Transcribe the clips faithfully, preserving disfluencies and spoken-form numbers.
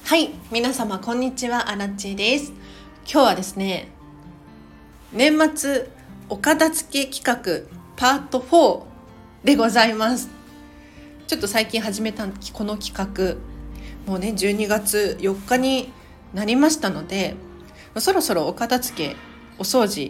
はい、皆様こんにちは、アラチェです。今日はですね、年末お片付け企画パートフォーでございます。ちょっと最近始めたこの企画、もうねじゅうにがつよっかになりましたので、そろそろお片付け、お掃除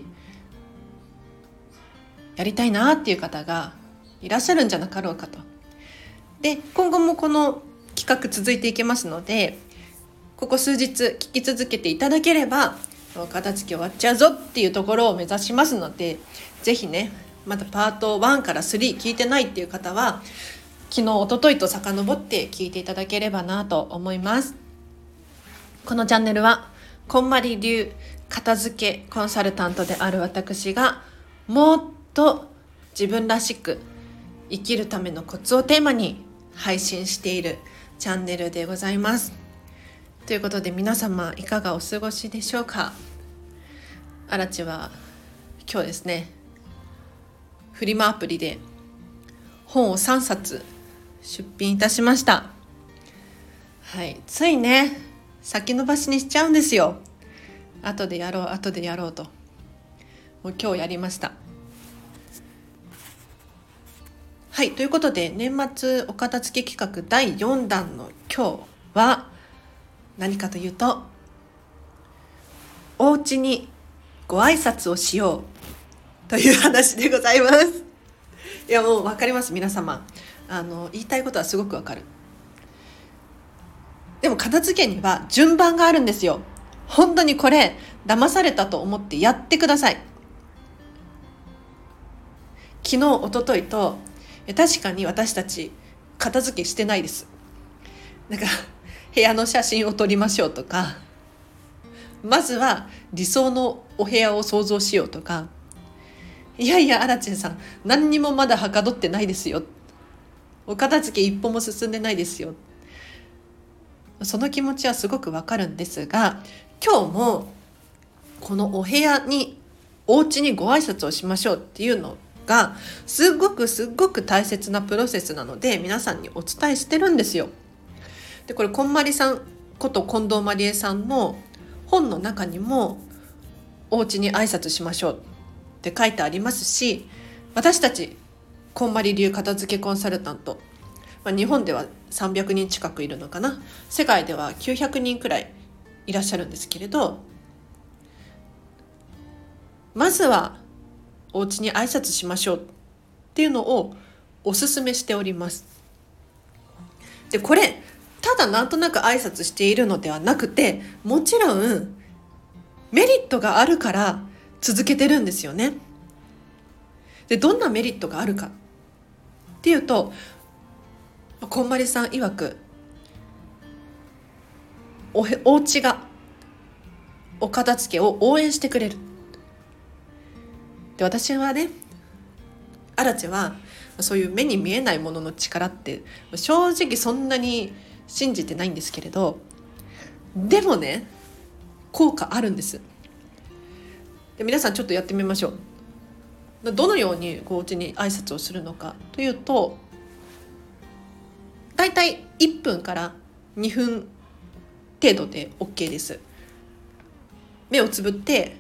やりたいなっていう方がいらっしゃるんじゃなかろうかと。で、今後もこの企画続いていきますので、ここ数日聞き続けていただければお片付け終わっちゃうぞっていうところを目指しますので、ぜひね、まだパートワンからスリー聞いてないっていう方は昨日一昨日と遡って聞いていただければなと思います。このチャンネルはこんまり流片付けコンサルタントである私がもっと自分らしく生きるためのコツをテーマに配信しているチャンネルでございます。ということで、皆様いかがお過ごしでしょうか。あらちは今日ですね、フリマアプリで本をさんさつ出品いたしました。はい、ついね先延ばしにしちゃうんですよ。後でやろう後でやろうと、もう今日やりました。はい、ということで、年末お片付け企画だいよんだんの今日は何かというと、お家にご挨拶をしようという話でございます。いや、もう分かります、皆様。あの言いたいことはすごく分かる。でも片付けには順番があるんですよ。本当にこれ騙されたと思ってやってください。昨日一昨日と確かに私たち片付けしてないです。なんか部屋の写真を撮りましょうとか、まずは理想のお部屋を想像しようとか、いやいやアラチェさん何にもまだはかどってないですよ、お片付け一歩も進んでないですよ。その気持ちはすごくわかるんですが、今日もこのお部屋にお家にご挨拶をしましょうっていうのがすごくすごく大切なプロセスなので、皆さんにお伝えしてるんですよ。で、これこんまりさんこと近藤まりえさんの本の中にもお家に挨拶しましょうって書いてありますし、私たちこんまり流片付けコンサルタント、まあ、日本ではさんびゃくにん近くいるのかな、世界ではきゅうひゃくにんくらいいらっしゃるんですけれど、まずはお家に挨拶しましょうっていうのをお勧めしております。で、これただなんとなく挨拶しているのではなくて、もちろんメリットがあるから続けてるんですよね。で、どんなメリットがあるかっていうと、こんまりさん曰く、おへお家がお片付けを応援してくれる。で、私はね、アラチェはそういう目に見えないものの力って正直そんなに信じてないんですけれど、でもね、効果あるんです。で、皆さんちょっとやってみましょう。どのようにお家に挨拶をするのかというと、だいたいいっぷんからにふん程度で OK です。目をつぶって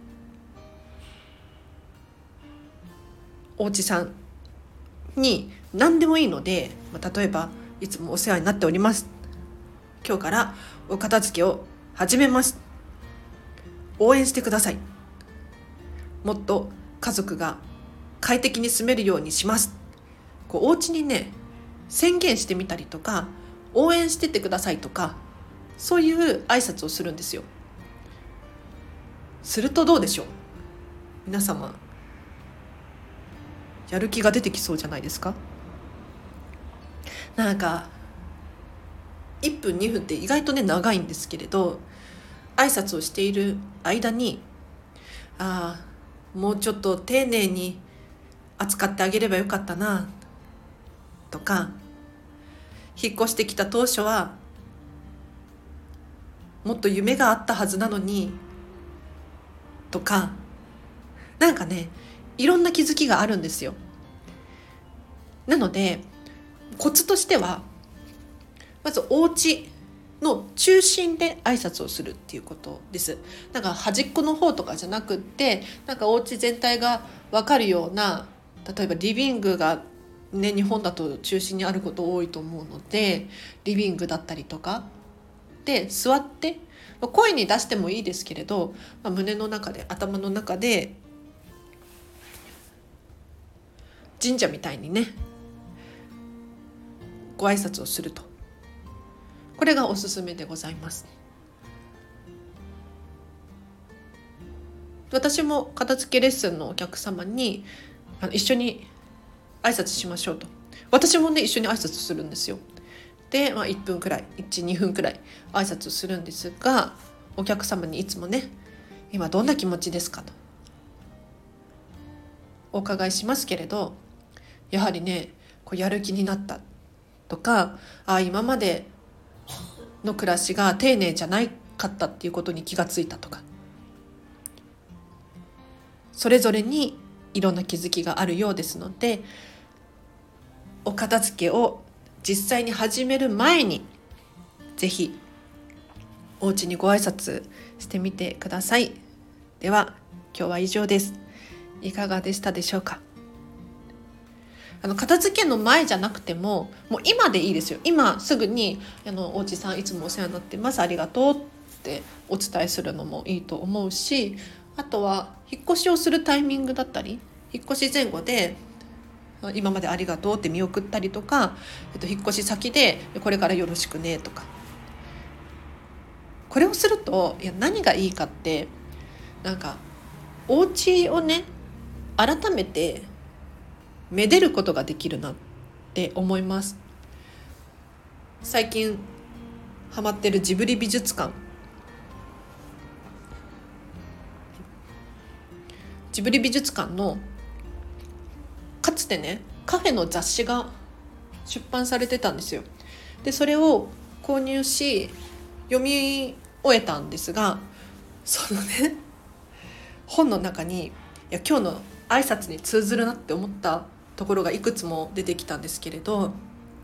お家さんに何でもいいので、例えばいつもお世話になっております、今日からお片付けを始めます、応援してください、もっと家族が快適に住めるようにします、こうお家にね宣言してみたりとか、応援しててくださいとか、そういう挨拶をするんですよ。するとどうでしょう、皆様やる気が出てきそうじゃないですか。なんかいっぷんにふんって意外とね長いんですけれど、挨拶をしている間に、ああもうちょっと丁寧に扱ってあげればよかったなとか、引っ越してきた当初はもっと夢があったはずなのにとか、なんかねいろんな気づきがあるんですよ。なのでコツとしては、まずお家の中心で挨拶をするっていうことです。なんか端っこの方とかじゃなくって、なんかお家全体が分かるような、例えばリビングがね、日本だと中心にあること多いと思うので、リビングだったりとかで座って、声に出してもいいですけれど、まあ、胸の中で、頭の中で神社みたいにね、ご挨拶をすると、これがおすすめでございます。私も片付けレッスンのお客様にあの一緒に挨拶しましょうと、私もね一緒に挨拶するんですよ。で、まあ、いっぷんくらい いち,に 分くらい挨拶するんですが、お客様にいつもね、今どんな気持ちですかとお伺いしますけれど、やはりね、こうやる気になったとか、あ今までの暮らしが丁寧じゃないかったっていうことに気がついたとか、それぞれにいろんな気づきがあるようですので、お片付けを実際に始める前にぜひお家にご挨拶してみてください。では今日は以上です。いかがでしたでしょうか。あの片付けの前じゃなくても、もう今でいいですよ。今すぐにあのお家さんいつもお世話になってます、ありがとうってお伝えするのもいいと思うし、あとは引っ越しをするタイミングだったり、引っ越し前後で今までありがとうって見送ったりとか、えっと、引っ越し先でこれからよろしくねとか、これをすると、いや何がいいかって、なんかお家をね改めてめでることができるなって思います。最近ハマってるジブリ美術館、ジブリ美術館のかつてねカフェの雑誌が出版されてたんですよ。でそれを購入し読み終えたんですが、そのね本の中に、いや今日の挨拶に通ずるなって思ったところがいくつも出てきたんですけれど、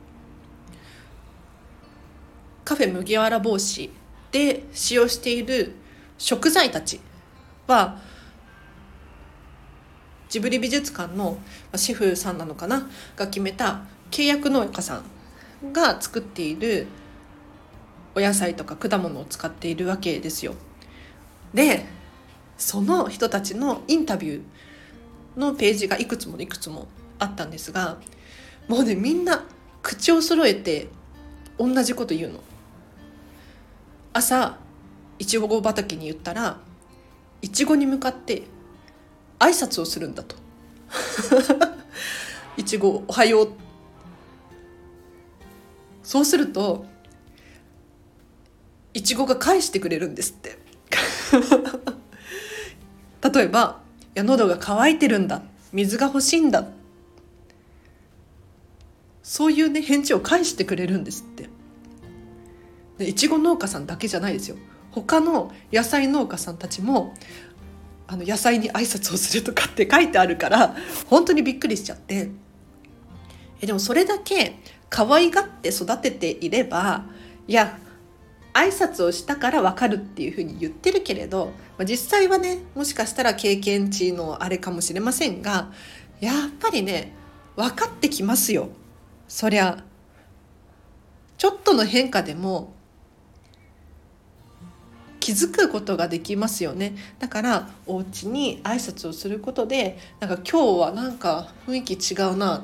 カフェ麦わら帽子で使用している食材たちはジブリ美術館のシェフさんなのかなが決めた契約農家さんが作っているお野菜とか果物を使っているわけですよ。でその人たちのインタビューのページがいくつもいくつもあったんですが、もうねみんな口を揃えて同じこと言うの。朝いちご畑に言ったら、いちごに向かって挨拶をするんだといちごおはよう。そうするといちごが返してくれるんですって例えば、いや喉が渇いてるんだ、水が欲しいんだ、そういうね返事を返してくれるんですって。でいちご農家さんだけじゃないですよ、他の野菜農家さんたちもあの野菜に挨拶をするとかって書いてあるから、本当にびっくりしちゃって、えでもそれだけ可愛がって育てていれば、いや挨拶をしたから分かるっていうふうに言ってるけれど、まあ、実際はねもしかしたら経験値のあれかもしれませんが、やっぱりね分かってきますよ。そりゃちょっとの変化でも気づくことができますよね。だからお家に挨拶をすることで、なんか今日はなんか雰囲気違うな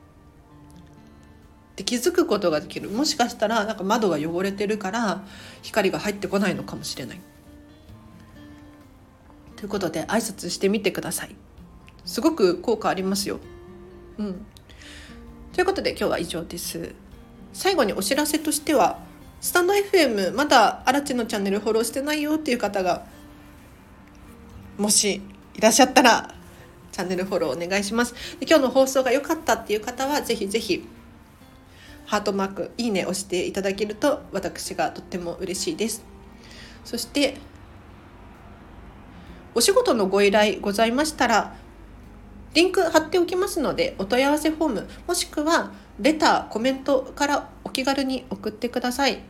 って気づくことができる。もしかしたらなんか窓が汚れてるから光が入ってこないのかもしれない。ということで挨拶してみてください。すごく効果ありますよ。うん。ということで今日は以上です。最後にお知らせとしては、スタンド エフエム まだあらちのチャンネルフォローしてないよっていう方がもしいらっしゃったらチャンネルフォローお願いします。で今日の放送が良かったっていう方はぜひぜひハートマークいいね押していただけると私がとっても嬉しいです。そしてお仕事のご依頼ございましたらリンク貼っておきますので、お問い合わせフォームもしくはレターコメントからお気軽に送ってください。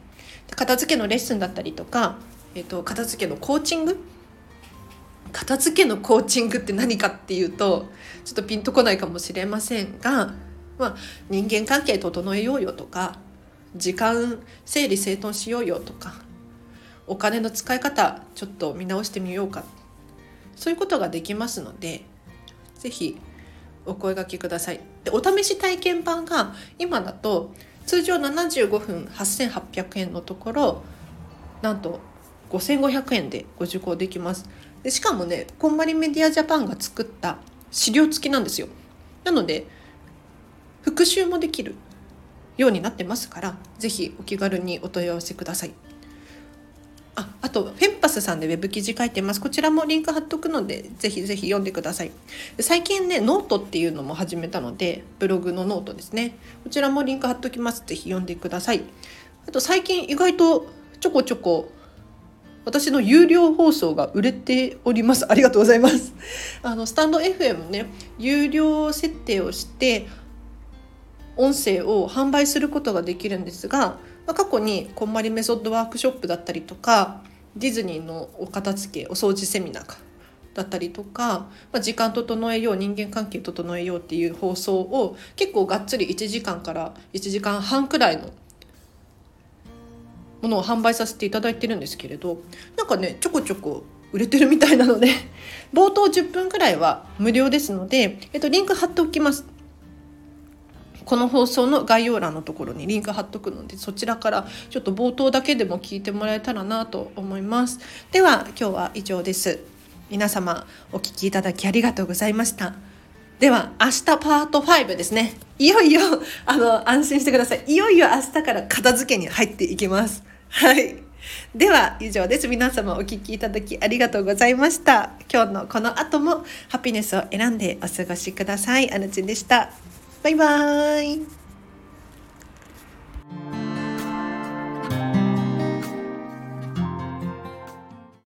片付けのレッスンだったりとか、えーと、片付けのコーチング片付けのコーチングって何かっていうとちょっとピンとこないかもしれませんが、まあ、人間関係整えようよとか、時間整理整頓しようよとか、お金の使い方ちょっと見直してみようか、そういうことができますので、ぜひお声掛けください。で、お試し体験版が今だと通常ななじゅうごふんはっせんはっぴゃくえんのところ、なんとごせんごひゃくえんでご受講できます。でしかもね、こんまりメディアジャパンが作った資料付きなんですよ。なので復習もできるようになってますから、ぜひお気軽にお問い合わせください。あ, あとフェンパスさんでウェブ記事書いてます。こちらもリンク貼っとくので、ぜひぜひ読んでください。最近ね、ノートっていうのも始めたので、ブログのノートですね、こちらもリンク貼っときます。ぜひ読んでください。あと最近意外とちょこちょこ私の有料放送が売れております。ありがとうございます。あのスタンド エフエム ね、有料設定をして音声を販売することができるんですが、まあ、過去にこんまりメソッドワークショップだったりとか、ディズニーのお片付けお掃除セミナーだったりとか、まあ、時間整えよう、人間関係整えようっていう放送を結構がっつりいちじかんからいちじかんはんくらいのものを販売させていただいてるんですけれど、なんかね、ちょこちょこ売れてるみたいなので冒頭じゅっぷんくらいは無料ですので、えっと、リンク貼っておきます。この放送の概要欄のところにリンク貼っとくので、そちらからちょっと冒頭だけでも聞いてもらえたらなと思います。では今日は以上です。皆様お聞きいただきありがとうございました。では明日パートごですね。いよいよあの安心してください。いよいよ明日から片付けに入っていきます。はい。では以上です。皆様お聞きいただきありがとうございました。今日のこの後もハピネスを選んでお過ごしください。あぬちんでした。バイバーイ。